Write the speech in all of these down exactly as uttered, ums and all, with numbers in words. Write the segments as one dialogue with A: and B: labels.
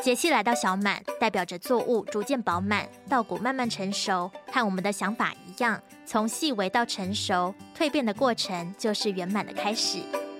A: 节气来到小满，代表着作物逐渐饱满，稻谷慢慢成熟，和我们的想法一样，从细微到成熟，蜕变的过程就是圆满的开始。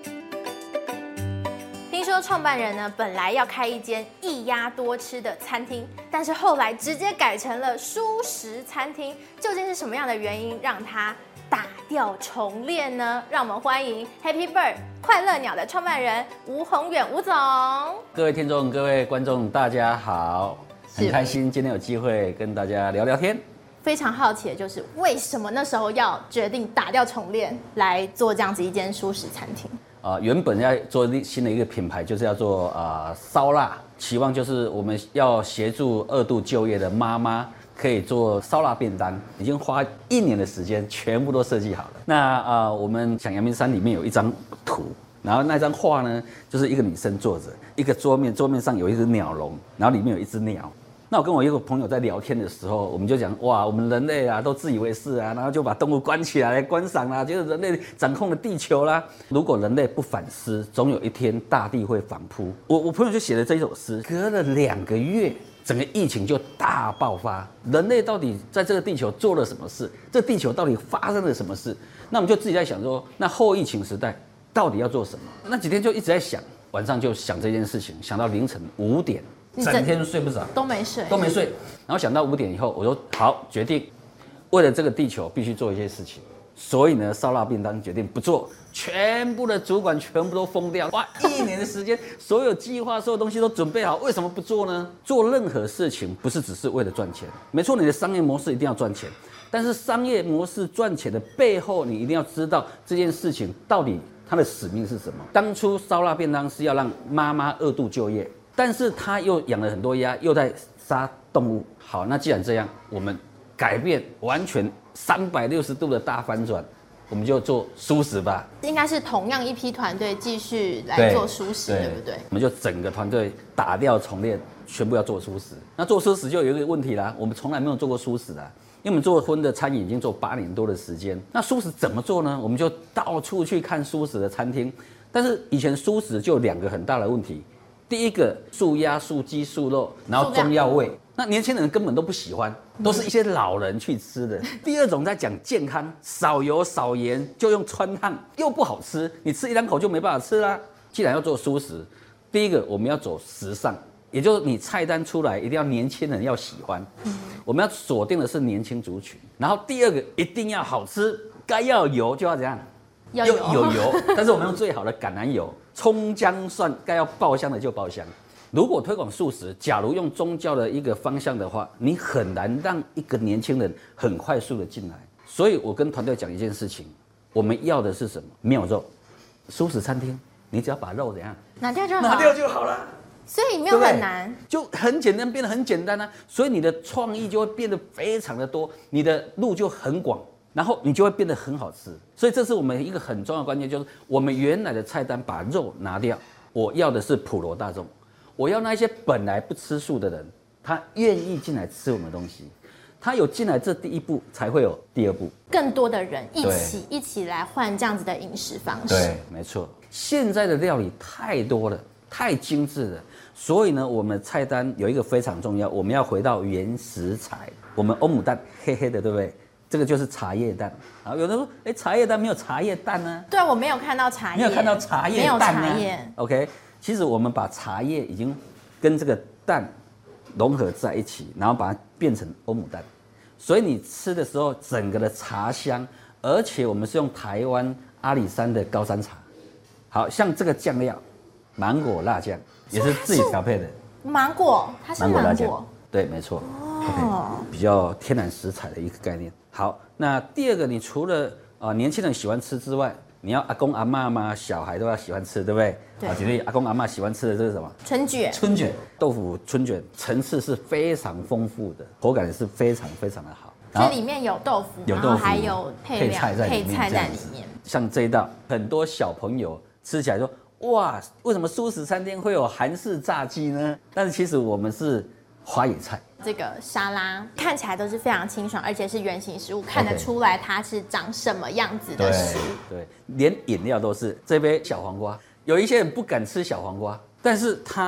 B: 听说创办人呢，本来要开一间一鸭多吃的餐厅，但是后来直接改成了蔬食餐厅。究竟是什么样的原因让他打掉重练呢？让我们欢迎 Happy Bird 快乐鸟的创办人吴宏远吴总。
C: 各位听众、各位观众，大家好，很开心今天有机会跟大家聊聊天。
B: 非常好奇的就是为什么那时候要决定打掉重练来做这样子一间蔬食餐厅？
C: 啊、呃，原本要做新的一个品牌，就是要做啊烧腊，期望就是我们要协助二度就业的妈妈可以做烧腊便当，已经花一年的时间，全部都设计好了。那啊、呃，我们想阳明山里面有一张图，然后那张画呢，就是一个女生坐着，一个桌面，桌面上有一只鸟笼，然后里面有一只鸟。那我跟我一个朋友在聊天的时候，我们就讲哇，我们人类啊都自以为是啊，然后就把动物关起来观赏啦，觉得人类掌控了地球啦。如果人类不反思，总有一天大地会反扑。我我朋友就写了这一首诗，隔了两个月，整个疫情就大爆发。人类到底在这个地球做了什么事？这地球到底发生了什么事？那我们就自己在想说，那后疫情时代到底要做什么？那几天就一直在想，晚上就想这件事情，想到凌晨五点。整天睡不着，
B: 都没睡，
C: 都没睡。然后想到五点以后，我说好，决定为了这个地球必须做一些事情。所以呢，烧腊便当决定不做，全部的主管全部都疯掉。哇，一年的时间，所有计划、所有东西都准备好，为什么不做呢？做任何事情不是只是为了赚钱，没错，你的商业模式一定要赚钱，但是商业模式赚钱的背后，你一定要知道这件事情到底它的使命是什么。当初烧腊便当是要让妈妈二度就业。但是他又养了很多鸭，又在杀动物。好，那既然这样，我们改变完全三百六十度的大翻转，我们就做蔬食吧。
B: 应该是同样一批团队继续来做蔬食， 对, 对不对？
C: 我们就整个团队打掉重练，全部要做蔬食。那做蔬食就有一个问题啦，我们从来没有做过蔬食啦。因为我们做荤的餐饮已经做八年多的时间，那蔬食怎么做呢？我们就到处去看蔬食的餐厅，但是以前蔬食就有两个很大的问题。第一个素鸭、素鸡、素肉，然后中药味，那年轻人根本都不喜欢，都是一些老人去吃的。第二种在讲健康，少油少盐，就用汆烫，又不好吃，你吃一两口就没办法吃啦。既然要做蔬食，第一个我们要走时尚，也就是你菜单出来一定要年轻人要喜欢，我们要锁定的是年轻族群。然后第二个一定要好吃，该要油就要怎样？
B: 要有
C: 有油，但是我们用最好的橄榄油，葱姜蒜该要爆香的就爆香。如果推广素食，假如用宗教的一个方向的话，你很难让一个年轻人很快速的进来。所以我跟团队讲一件事情，我们要的是什么？没有肉，素食餐厅，你只要把肉怎样
B: 拿掉就好，
C: 拿掉就好了。
B: 所以没有很难，
C: 就很简单，变得很简单啊。所以你的创意就会变得非常的多，你的路就很广。然后你就会变得很好吃，所以这是我们一个很重要的关键，就是我们原来的菜单把肉拿掉，我要的是普罗大众，我要那些本来不吃素的人，他愿意进来吃我们的东西，他有进来这第一步，才会有第二步，
B: 更多的人一起一起来换这样子的饮食方式。
C: 对，没错。现在的料理太多了，太精致了，所以呢，我们的菜单有一个非常重要，我们要回到原食材。我们欧姆蛋黑黑的，对不对？这个就是茶叶蛋，然后有人说，哎，茶叶蛋没有茶叶蛋呢？
B: 对，我没有看到茶叶，
C: 没有看到茶叶蛋呢。
B: 没有茶叶。
C: OK， 其实我们把茶叶已经跟这个蛋融合在一起，然后把它变成欧姆蛋，所以你吃的时候，整个的茶香，而且我们是用台湾阿里山的高山茶，好像这个酱料，芒果辣酱也是自己调配的。
B: 芒果，它是芒果，芒果
C: 对，没错。
B: 哦，
C: okay, 比较天然食材的一个概念。好，那第二个，你除了啊、呃、年轻人喜欢吃之外，你要阿公阿嬷嘛，小孩都要喜欢吃，对不对？
B: 对。
C: 啊，举例阿公阿嬷喜欢吃的这是什么？
B: 春卷。
C: 春卷，豆腐春卷层次是非常丰富的，口感也是非常非常的好。
B: 所以里面有豆腐，
C: 有豆腐，
B: 还有配料
C: 菜在里面，
B: 配菜在里面。
C: 像这一道，很多小朋友吃起来说，哇，为什么素食餐厅会有韩式炸鸡呢？但是其实我们是花野菜。
B: 这个沙拉看起来都是非常清爽，而且是原型食物，看得出来它是长什么样子的食物。
C: 对，对，连饮料都是这杯小黄瓜。有一些人不敢吃小黄瓜，但是他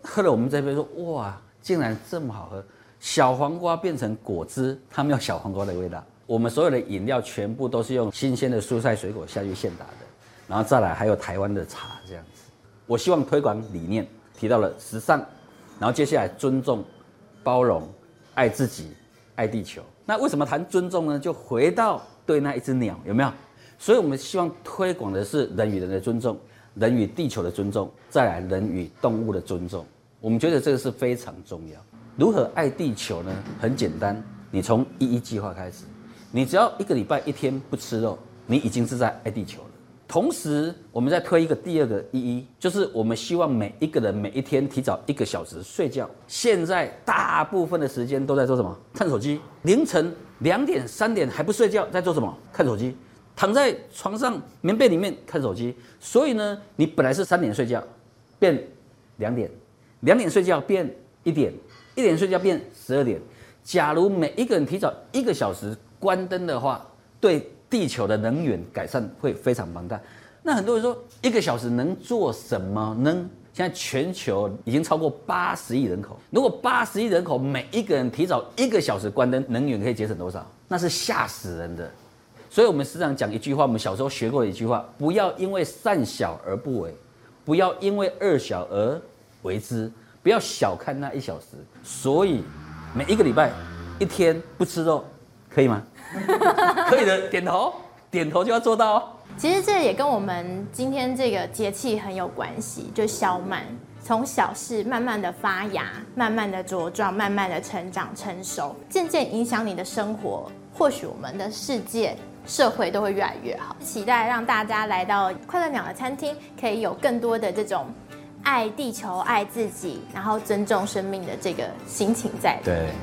C: 喝了我们这杯说哇，竟然这么好喝，小黄瓜变成果汁，它没有小黄瓜的味道。我们所有的饮料全部都是用新鲜的蔬菜水果下去现打的，然后再来还有台湾的茶这样子。我希望推广理念提到了时尚，然后接下来尊重、包容、爱自己、爱地球。那为什么谈尊重呢？就回到对那一只鸟有没有？所以我们希望推广的是人与人的尊重，人与地球的尊重，再来人与动物的尊重。我们觉得这个是非常重要。如何爱地球呢？很简单，你从一一计划开始。你只要一个礼拜一天不吃肉，你已经是在爱地球了。同时，我们再推一个第二个一一，就是我们希望每一个人每一天提早一个小时睡觉。现在大部分的时间都在做什么？看手机。凌晨两点、三点还不睡觉，在做什么？看手机。躺在床上棉被里面看手机。所以呢，你本来是三点睡觉，变两点；两点睡觉变一点；一点睡觉变十二点。假如每一个人提早一个小时关灯的话，对地球的能源改善会非常庞大。那很多人说，一个小时能做什么呢？现在全球已经超过八十亿人口，如果八十亿人口每一个人提早一个小时关灯，能源可以节省多少？那是吓死人的。所以我们时常讲一句话，我们小时候学过的一句话：不要因为善小而不为，不要因为恶小而为之，不要小看那一小时。所以每一个礼拜一天不吃肉，可以吗？可以的，点头，点头就要做到哦。
B: 其实这也跟我们今天这个节气很有关系，就小满，从小事慢慢的发芽，慢慢的茁壮，慢慢的成长成熟，渐渐影响你的生活，或许我们的世界、社会都会越来越好。期待让大家来到快乐鸟的餐厅，可以有更多的这种爱地球、爱自己，然后尊重生命的这个心情在里面。
C: 对。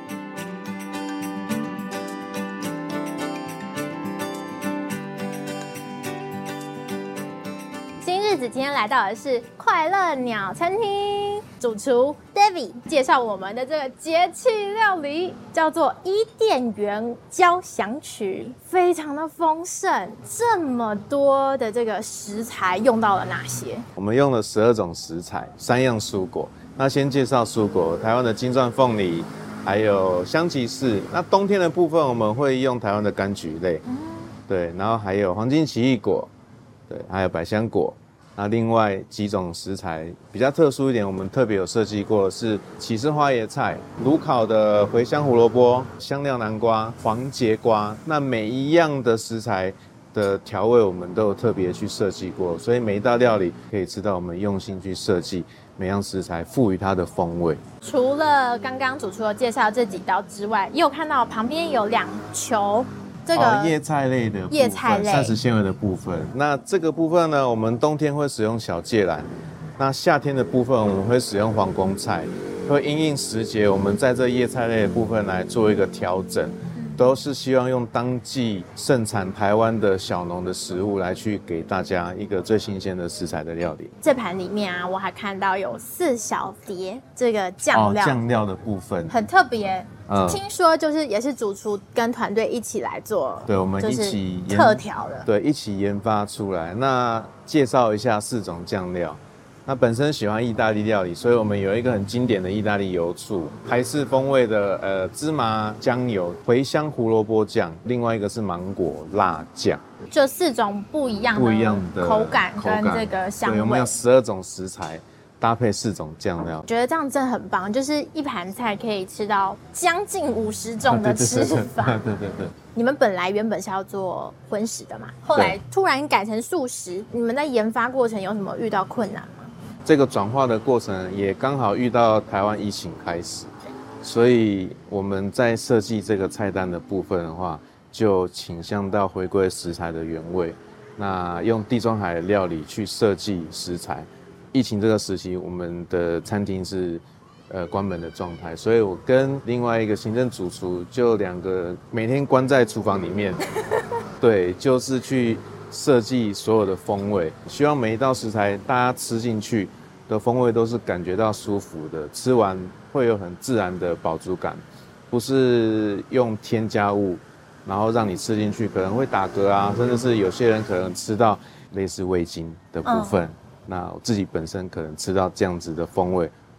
B: 今天来到的是快乐鸟餐厅，主厨 David 介绍我们的这个节气料理，叫做伊甸园交响曲，非常的丰盛。这么多的这个食材用到了哪些？
D: 我们用了十二种食材，三样蔬果。那先介绍蔬果，台湾的金钻凤梨，还有香吉士。那冬天的部分我们会用台湾的柑橘类，嗯、对，然后还有黄金奇异果，对，还有百香果。那另外几种食材比较特殊一点，我们特别有设计过的是起司花椰菜、炉烤的茴香胡萝卜、香料南瓜、黄节瓜。那每一样的食材的调味，我们都有特别去设计过，所以每一道料理可以知道我们用心去设计每样食材，赋予它的风味。
B: 除了刚刚主厨有介绍这几道之外，也有看到旁边有两球。这个
D: 哦，叶菜类的
B: 叶菜类
D: 膳食纤维的部分。那这个部分呢，我们冬天会使用小芥兰，那夏天的部分我们会使用皇宫菜，会因应时节，我们在这叶菜类的部分来做一个调整，都是希望用当季盛产台湾的小农的食物来去给大家一个最新鲜的食材的料理。
B: 这盘里面啊，我还看到有四小碟这个酱料，
D: 哦，酱料的部分
B: 很特别。
D: 嗯，
B: 听说就是也是主厨跟团队一起来做，
D: 对，我们一起
B: 特调的，
D: 对，一起研发出来。那介绍一下四种酱料。那本身喜欢意大利料理，所以我们有一个很经典的意大利油醋，台式风味的呃芝麻酱油、茴香胡萝卜酱，另外一个是芒果辣酱。
B: 就四种不一样的
D: 不一样的
B: 口感跟这个香味。
D: 对，我们有十二种食材。搭配四种酱料，
B: 觉得这样真的很棒，就是一盘菜可以吃到将近五十种的吃法。
D: 对对对。
B: 你们本来原本是要做荤食的嘛，后来突然改成素食，你们在研发过程有什么遇到困难吗？
D: 这个转化的过程也刚好遇到台湾疫情开始，所以我们在设计这个菜单的部分的话，就倾向到回归食材的原味，那用地中海的料理去设计食材。疫情这个时期，我们的餐厅是呃关门的状态，所以我跟另外一个行政主厨就两个每天关在厨房里面，对，就是去设计所有的风味，希望每一道食材大家吃进去的风味都是感觉到舒服的，吃完会有很自然的饱足感，不是用添加物，然后让你吃进去可能会打嗝啊，甚至是有些人可能吃到类似味精的部分。嗯，那我自己本身可能吃到这样子的风味，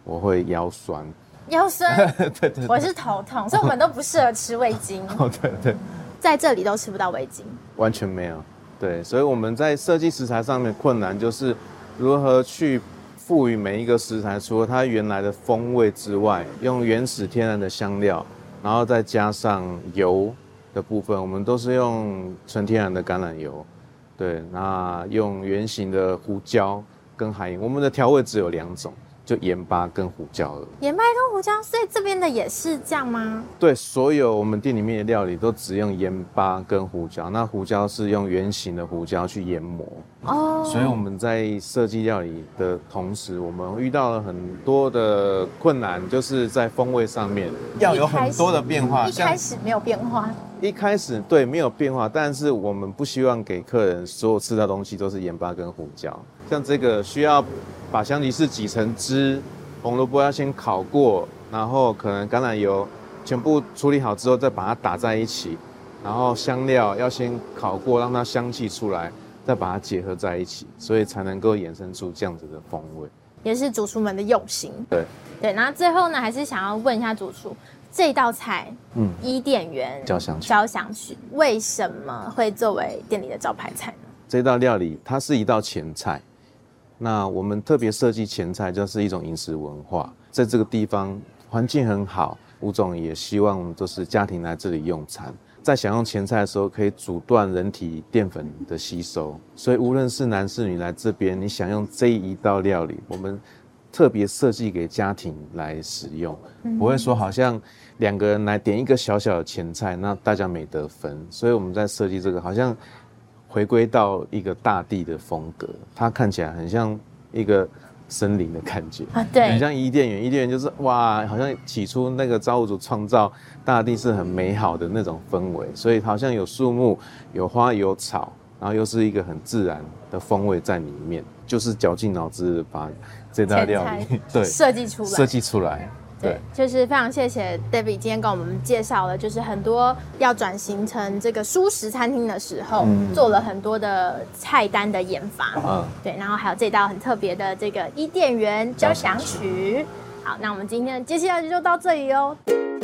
D: 我会腰酸。
B: 腰酸，
D: 对对对，
B: 我是头痛，所以我们都不适合吃味精。
D: 哦，对对，
B: 在这里都吃不到味精，
D: 完全没有。对，所以我们在设计食材上面困难就是如何去赋予每一个食材，除了它原来的风味之外，用原始天然的香料，然后再加上油的部分，我们都是用纯天然的橄榄油。对，那用圆形的胡椒跟海盐，我们的调味只有两种，就盐巴跟胡椒而已。
B: 盐巴跟胡椒，所以这边的也是这样吗？
D: 对，所有我们店里面的料理都只用盐巴跟胡椒，那胡椒是用圆形的胡椒去研磨。哦，所以我们在设计料理的同时，我们遇到了很多的困难，就是在风味上面要有很多的变化。
B: 一开始没有变化。
D: 一开始对没有变化，但是我们不希望给客人所有吃到东西都是盐巴跟胡椒。像这个需要把香吉士挤成汁，红萝卜要先烤过，然后可能橄榄油全部处理好之后再把它打在一起，然后香料要先烤过，让它香气出来，再把它结合在一起，所以才能够衍生出这样子的风味。
B: 也是主厨们的用心。
D: 对
B: 对，然后最后呢，还是想要问一下主厨。这道菜，嗯，伊甸园
D: 交响曲，
B: 交响曲为什么会作为店里的招牌菜呢？
D: 这道料理它是一道前菜，那我们特别设计前菜，就是一种饮食文化。在这个地方环境很好，吴总也希望就是家庭来这里用餐，在享用前菜的时候可以阻断人体淀粉的吸收，所以无论是男是女来这边，你享用这一道料理，我们特别设计给家庭来使用，不会说好像两个人来点一个小小的前菜，那大家没得分。所以我们在设计这个，好像回归到一个大地的风格，它看起来很像一个森林的感觉啊，对，很像伊甸园。伊甸园就是哇，好像起初那个造物主创造大地是很美好的那种氛围，所以好像有树木、有花、有草，然后又是一个很自然的风味在里面，就是绞尽脑汁把这道料理对
B: 设计出来，
D: 设计出来。
B: 对，就是非常谢谢 David 今天跟我们介绍了，就是很多要转型成这个蔬食餐厅的时候，嗯、做了很多的菜单的研发。嗯，对，然后还有这道很特别的这个伊甸园交响曲。好，那我们今天的接下来就到这里哦。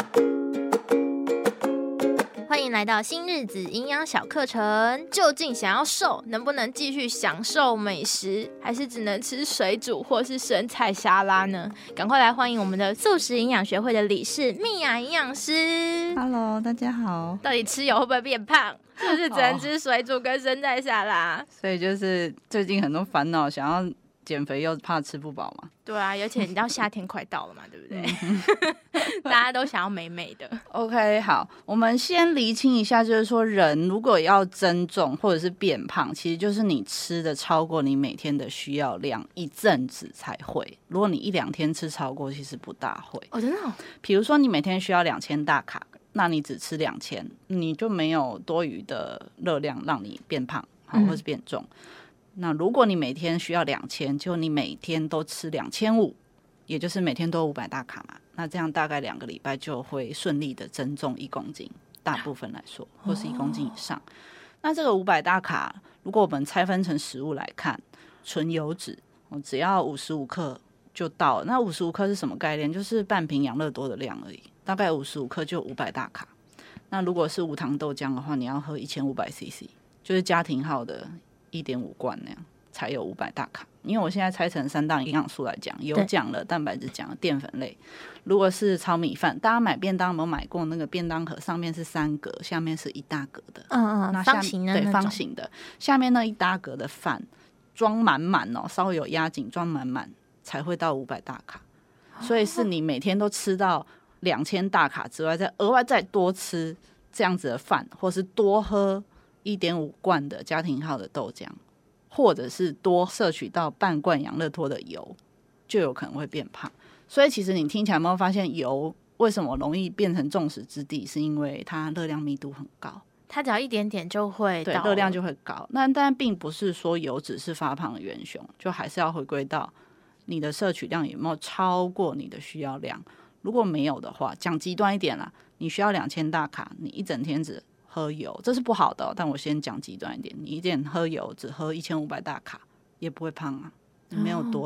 A: 欢迎来到新日子营养小课程。究竟想要瘦，能不能继续享受美食，还是只能吃水煮或是生菜沙拉呢？赶快来欢迎我们的素食营养学会的理事蜜雅营养师。
E: Hello， 大家好。
A: 到底吃油会不会变胖？是不是只能吃水煮跟生菜沙拉？
E: 所以就是最近很多烦恼，想要减肥又怕吃不饱嘛。
A: 对啊，而且你知道夏天快到了嘛，对不对？大家都想要美美的。
E: OK， 好，我们先厘清一下，就是说人如果要增重或者是变胖，其实就是你吃的超过你每天的需要量，一阵子才会。如果你一两天吃超过，其实不大会。
A: 哦，真的哦？
E: 比如说你每天需要两千大卡，那你只吃两千，你就没有多余的热量让你变胖，嗯、或是变重。那如果你每天需要两千，就你每天都吃两千五，也就是每天都五百大卡嘛。那这样大概两个礼拜就会顺利的增重一公斤，大部分来说，或是一公斤以上。哦、那这个五百大卡，如果我们拆分成食物来看，纯油脂只要五十五克就到了。那五十五克是什么概念？就是半瓶养乐多的量而已，大概五十五克就五百大卡。那如果是无糖豆浆的话，你要喝一千五百 C C， 就是家庭号的一点五罐那样才有五百大卡。因为我现在拆成三大营养素来讲，油讲了，蛋白质讲了，淀粉类。如果是糙米饭，大家买便当有没有买过那个便当盒？上面是三格，下面是一大格的，
A: 嗯嗯，
E: 那
A: 方形的，
E: 对，方形的，下面那一大格的饭装满满哦，稍微有压紧，装满满才会到五百大卡。所以是你每天都吃到两千大卡之外，再额外再多吃这样子的饭，或是多喝一点五罐的家庭号的豆浆，或者是多摄取到半罐养乐多的油，就有可能会变胖。所以其实你听起来有没有发现，油为什么容易变成众矢之的，是因为它热量密度很高，
A: 它只要一点点就会
E: 对热量就会高。那但并不是说油脂是发胖的元凶，就还是要回归到你的摄取量有没有超过你的需要量。如果没有的话，讲极端一点啦，你需要两千大卡，你一整天只喝油，这是不好的、哦、但我先讲极端一点，你一天喝油只喝一千五百大卡也不会胖啊，你没有多的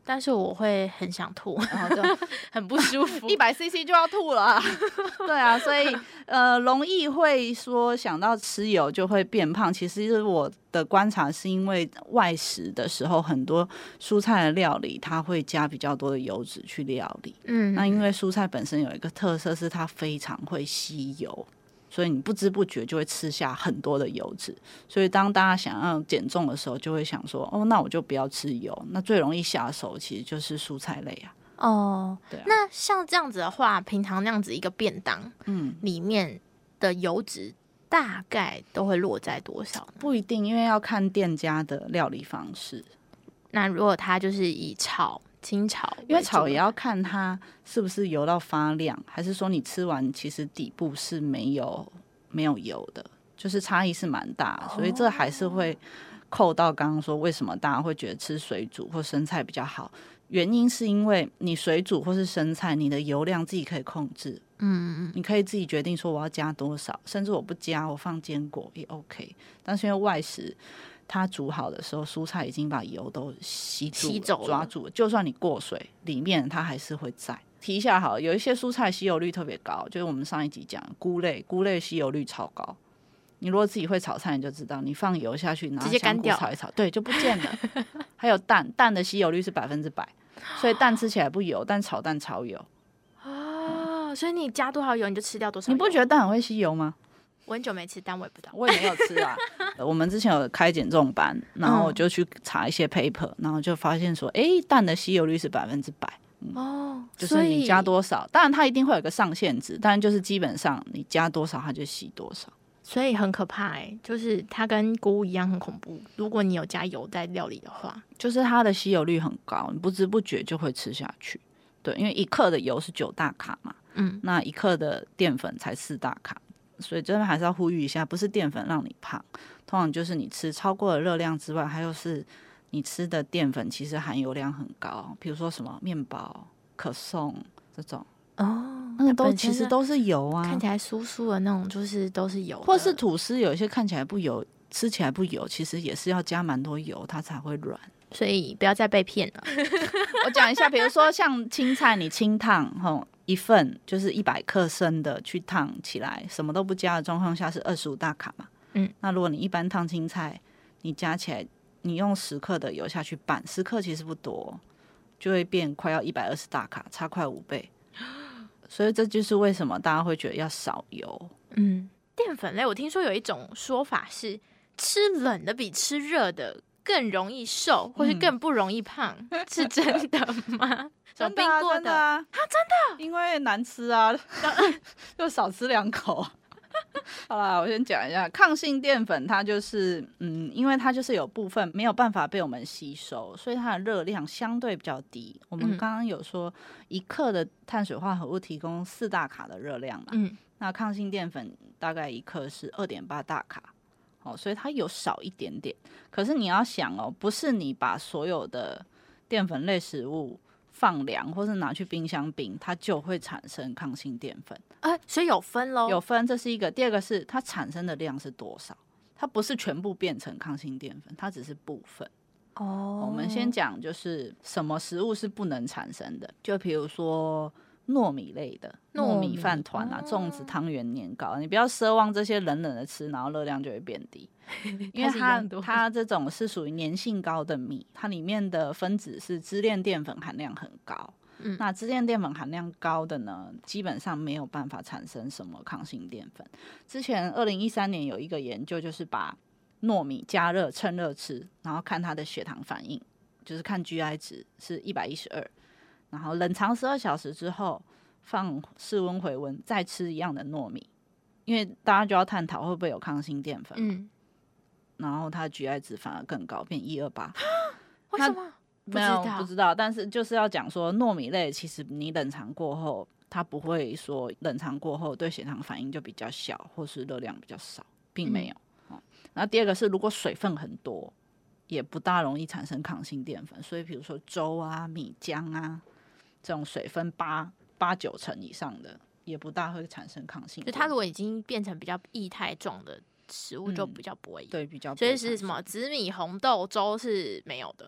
A: 但是我会很想吐，
E: 然后就
A: 很不舒服。
E: 一百 C C 就要吐了、啊，对啊，所以呃，容易会说想到吃油就会变胖。其实我的观察是因为外食的时候，很多蔬菜的料理它会加比较多的油脂去料理。嗯，那因为蔬菜本身有一个特色是它非常会吸油。所以你不知不觉就会吃下很多的油脂，所以当大家想要减重的时候，就会想说，哦，那我就不要吃油。那最容易下手其实就是蔬菜类啊。
A: 哦，
E: 对啊。
A: 那像这样子的话，平常那样子一个便当，嗯，里面的油脂大概都会落在多少呢？
E: 不一定，因为要看店家的料理方式。
A: 那如果它就是以炒清炒，
E: 因为炒也要看它是不是油到发亮，还是说你吃完其实底部是没有没有油的，就是差异是蛮大，所以这还是会扣到刚刚说为什么大家会觉得吃水煮或生菜比较好，原因是因为你水煮或是生菜，你的油量自己可以控制，嗯，你可以自己决定说我要加多少，甚至我不加，我放坚果也 OK。但是因为外食，它煮好的时候，蔬菜已经把油都吸住了
A: 吸走了
E: 抓住了，就算你过水，里面它还是会在。提一下好了，有一些蔬菜吸油率特别高，就是我们上一集讲菇类，菇类吸油率超高。你如果自己会炒菜，你就知道，你放油下去，拿
A: 直接干掉
E: 香菇炒一炒，对，就不见了。还有蛋，蛋的吸油率是百分之百，所以蛋吃起来不油，但炒蛋超油。
A: 哦，所以你加多少油你就吃掉多少油。
E: 你不觉得蛋很会吸油吗？
A: 我很久没吃蛋，我也不知道。
E: 我也没有吃啊。我们之前有开减重班，然后我就去查一些 paper，、嗯、然后就发现说，哎，蛋的吸油率是百分之百。哦，就是你加多少，当然它一定会有个上限值，但就是基本上你加多少它就吸多少。
A: 所以很可怕哎、欸，就是它跟菇一样很恐怖。如果你有加油在料理的话，
E: 就是它的吸油率很高，你不知不觉就会吃下去。对，因为一克的油是九大卡嘛，嗯，那一克的淀粉才四大卡。所以这边还是要呼吁一下，不是淀粉让你胖，通常就是你吃超过了热量之外，还有是你吃的淀粉其实含油量很高，比如说什么面包、可颂这种哦，那个都其实都是油啊，
A: 看起来酥酥的那种，就是都是油的，
E: 或是吐司有一些看起来不油，吃起来不油，其实也是要加蛮多油，它才会软。
A: 所以不要再被骗了。
E: 我讲一下，比如说像青菜，你清烫吼一份就是一百克生的去烫起来，什么都不加的状况下是二十五大卡嘛。嗯，那如果你一般烫青菜，你加起来，你用十克的油下去拌，十克其实不多，就会变快要一百二十大卡，差快五倍。所以这就是为什么大家会觉得要少油。
A: 嗯，淀粉类我听说有一种说法是，吃冷的比吃热的更容易瘦，或是更不容易胖，嗯、是真的吗？
E: 真的啊，真的啊，啊真的，因为难吃啊，就少吃两口。好啦，我先讲一下抗性淀粉，它就是嗯，因为它就是有部分没有办法被我们吸收，所以它的热量相对比较低。我们刚刚有说一克的碳水化合物提供四大卡的热量嘛，嗯，那抗性淀粉大概一克是二点八大卡。哦，所以它有少一点点，可是你要想哦，不是你把所有的淀粉类食物放凉，或是拿去冰箱冰，它就会产生抗性淀粉。
A: 哎、呃，所以有分咯，
E: 有分，这是一个。第二个是它产生的量是多少，它不是全部变成抗性淀粉，它只是部分。哦，我们先讲就是什么食物是不能产生的，就比如说糯米类的糯米饭团啊、粽子、汤圆、年糕，你不要奢望这些冷冷的吃，然后热量就会变低，因为它它这种是属于粘性高的米，它里面的分子是支链淀粉含量很高。嗯、那支链淀粉含量高的呢，基本上没有办法产生什么抗性淀粉。之前二零一三年有一个研究，就是把糯米加热趁热吃，然后看它的血糖反应，就是看 G I 值是一百一十二。然后冷藏十二小时之后放室温回温，再吃一样的糯米，因为大家就要探讨会不会有抗性淀粉。嗯，然后它的 G I 值反而更高，变一二八。
A: 为什么？
E: 没有不知道，但是就是要讲说糯米类其实你冷藏过后，它不会说冷藏过后对血糖反应就比较小，或是热量比较少，并没有。嗯、然后第二个是如果水分很多，也不大容易产生抗性淀粉，所以比如说粥啊、米浆啊。这种水分八八九成以上的，也不大会产生抗性。
A: 就它如果已经变成比较液态状的食物，就比较不会有、
E: 嗯、对，比较不会。
A: 所以是什么紫米红豆粥是没有的。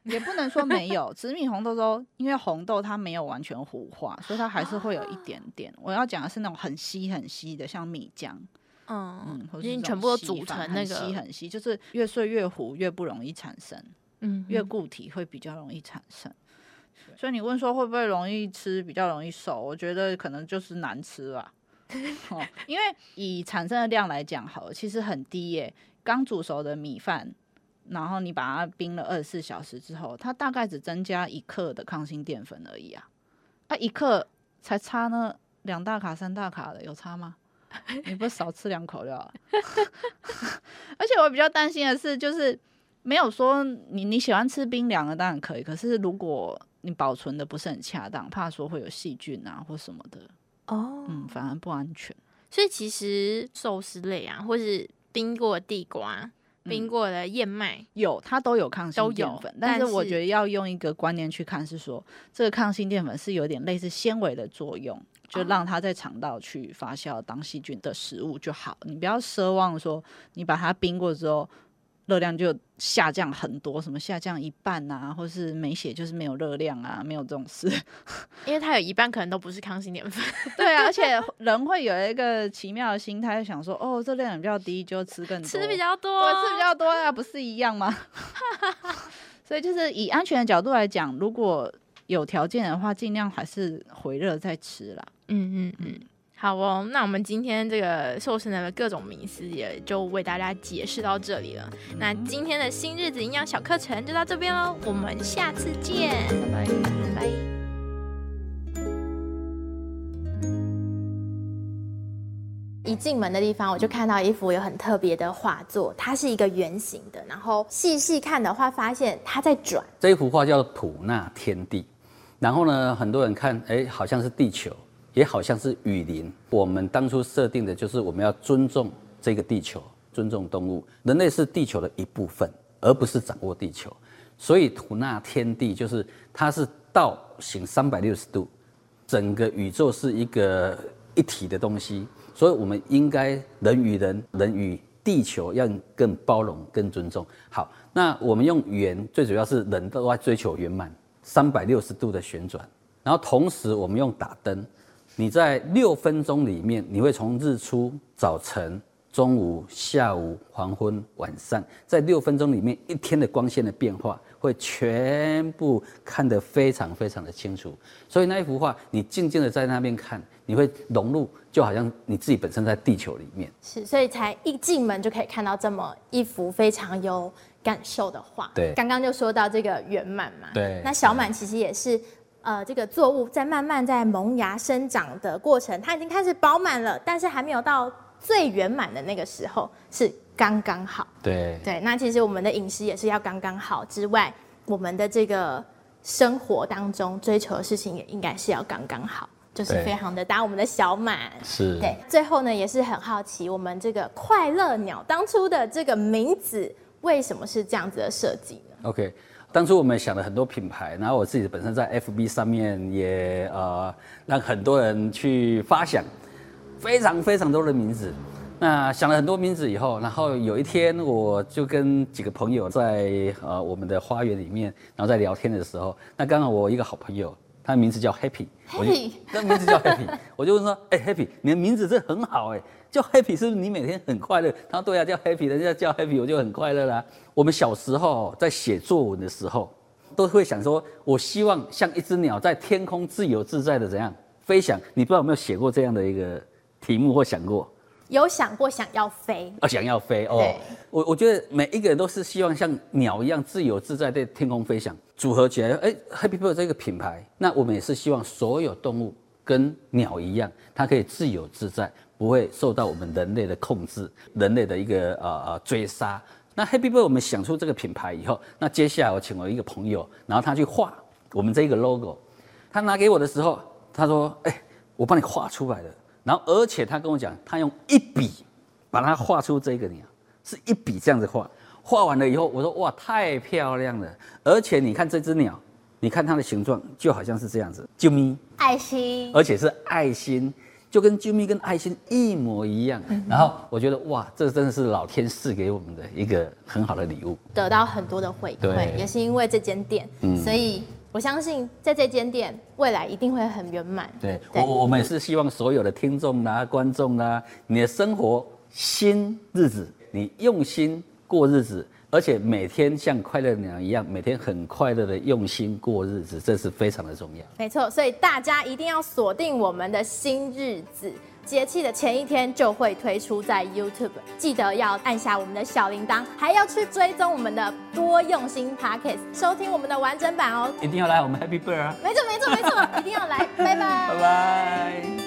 E: 也不能说没有，紫米红豆粥，因为红豆它没有完全糊化，所以它还是会有一点点。我要讲的是那种很稀很稀的，像米浆，
A: 嗯
E: 嗯，或
A: 因为
E: 是
A: 全部都煮成那个
E: 很稀很稀，就是越碎越糊，越不容易产生，
A: 嗯，
E: 越固体会比较容易产生。所以你问说会不会容易吃，比较容易瘦？我觉得可能就是难吃吧。哦，因为以产生的量来讲，好了，其实很低耶。刚煮熟的米饭，然后你把它冰了二十四小时之后，它大概只增加一克的抗性淀粉而已啊。啊，一克才差那两大卡、三大卡的，有差吗？你不是少吃两口就好了。而且我比较担心的是，就是没有说你你喜欢吃冰凉的当然可以，可是如果你保存的不是很恰当，怕说会有细菌啊或什么的，
A: 哦，
E: 嗯，反而不安全。
A: 所以其实寿司类啊，或是冰过的地瓜、冰过的燕麦，
E: 有它都有抗性淀粉，但是我觉得要用一个观念去看，是说这个抗性淀粉是有点类似纤维的作用，就让它在肠道去发酵当细菌的食物就好。你不要奢望说你把它冰过之后热量就下降很多，什么下降一半啊，或是没写就是没有热量啊，没有这种事。
A: 因为它有一半可能都不是抗性淀粉。
E: 对啊，而且人会有一个奇妙的心态，想说哦，热量比较低就吃更多，
A: 吃比较多，
E: 对，吃比较多啊，不是一样吗？所以就是以安全的角度来讲，如果有条件的话，尽量还是回热再吃啦。
A: 嗯嗯嗯。好哦，那我们今天这个瘦身的各种迷思也就为大家解释到这里了。那今天的新日子营养小课程就到这边喽，我们下次见，拜拜拜拜。
B: 一进门的地方，我就看到一幅有很特别的画作，它是一个圆形的，然后细细看的话，发现它在转。
C: 这一幅画叫吐纳天地，然后呢，很多人看，哎，好像是地球。也好像是雨林。我们当初设定的就是我们要尊重这个地球，尊重动物。人类是地球的一部分，而不是掌握地球。所以吐纳天地就是它是倒行三百六十度，整个宇宙是一个一体的东西。所以我们应该人与人、人与地球要更包容、更尊重。好，那我们用圆，最主要是人都在追求圆满，三百六十度的旋转。然后同时我们用打灯。你在六分钟里面，你会从日出、早晨、中午、下午、黄昏、晚上，在六分钟里面一天的光线的变化，会全部看得非常非常的清楚。所以那一幅画，你静静的在那边看，你会融入，就好像你自己本身在地球里面。
B: 是，所以才一进门就可以看到这么一幅非常有感受的画。
C: 对，
B: 刚刚就说到这个圆满嘛，
C: 对，
B: 那小满其实也是。呃，这个作物在慢慢在萌芽生长的过程，它已经开始饱满了，但是还没有到最圆满的那个时候，是刚刚好。
C: 对
B: 对，那其实我们的饮食也是要刚刚好之外，我们的这个生活当中追求的事情也应该是要刚刚好，就是非常的搭我们的小满。
C: 是，
B: 对。最后呢，也是很好奇，我们这个快乐鸟当初的这个名字为什么是这样子的设计呢
C: ？OK。当初我们想了很多品牌，然后我自己本身在 F B 上面也呃让很多人去发想，非常非常多的名字。那想了很多名字以后，然后有一天我就跟几个朋友在呃我们的花园里面，然后在聊天的时候，那刚好我一个好朋友，他的名字叫 Happy，Happy， 那名字叫 Happy， 我就问说，哎、欸、，Happy， 你的名字真的很好哎、欸。叫 happy 是不是你每天很快乐？他说对啊，叫 happy， 人家叫 happy 我就很快乐啦。我们小时候在写作文的时候，都会想说，我希望像一只鸟在天空自由自在的怎样飞翔。你不知道有没有写过这样的一个题目或想过？
B: 有想过想要飞
C: 哦，想要飞哦。我我觉得每一个人都是希望像鸟一样自由自在在天空飞翔。组合起来，哎 ，Happy Bird 这个品牌，那我们也是希望所有动物跟鸟一样，它可以自由自在。不会受到我们人类的控制，人类的一个呃追杀。那 Happy Bird 我们想出这个品牌以后，那接下来我请我一个朋友，然后他去画我们这个 logo。他拿给我的时候，他说：“哎、欸，我帮你画出来了。”然后而且他跟我讲，他用一笔把它画出这个鸟，是一笔这样子画。画完了以后，我说：“哇，太漂亮了！而且你看这只鸟，你看它的形状就好像是这样子，啾咪，
B: 爱心，
C: 而且是爱心。” 就跟啾咪跟爱心一模一样。嗯、然后我觉得哇，这真的是老天赐给我们的一个很好的礼物，
B: 得到很多的回馈，也是因为这间店，嗯、所以我相信在这间店未来一定会很圆满。
C: 对，对我我们也是希望所有的听众啦、观众啦，你的生活新日子，你用心过日子。而且每天像快乐鸟一样，每天很快乐的用心过日子，这是非常的重要。
B: 没错，所以大家一定要锁定我们的新日子，节气的前一天就会推出在 YouTube， 记得要按下我们的小铃铛，还要去追踪我们的多用心 Podcast， 收听我们的完整版哦。
C: 一定要来我们 Happy Bird 啊！
B: 没错没错没错，一定要来，拜拜，
C: 拜拜。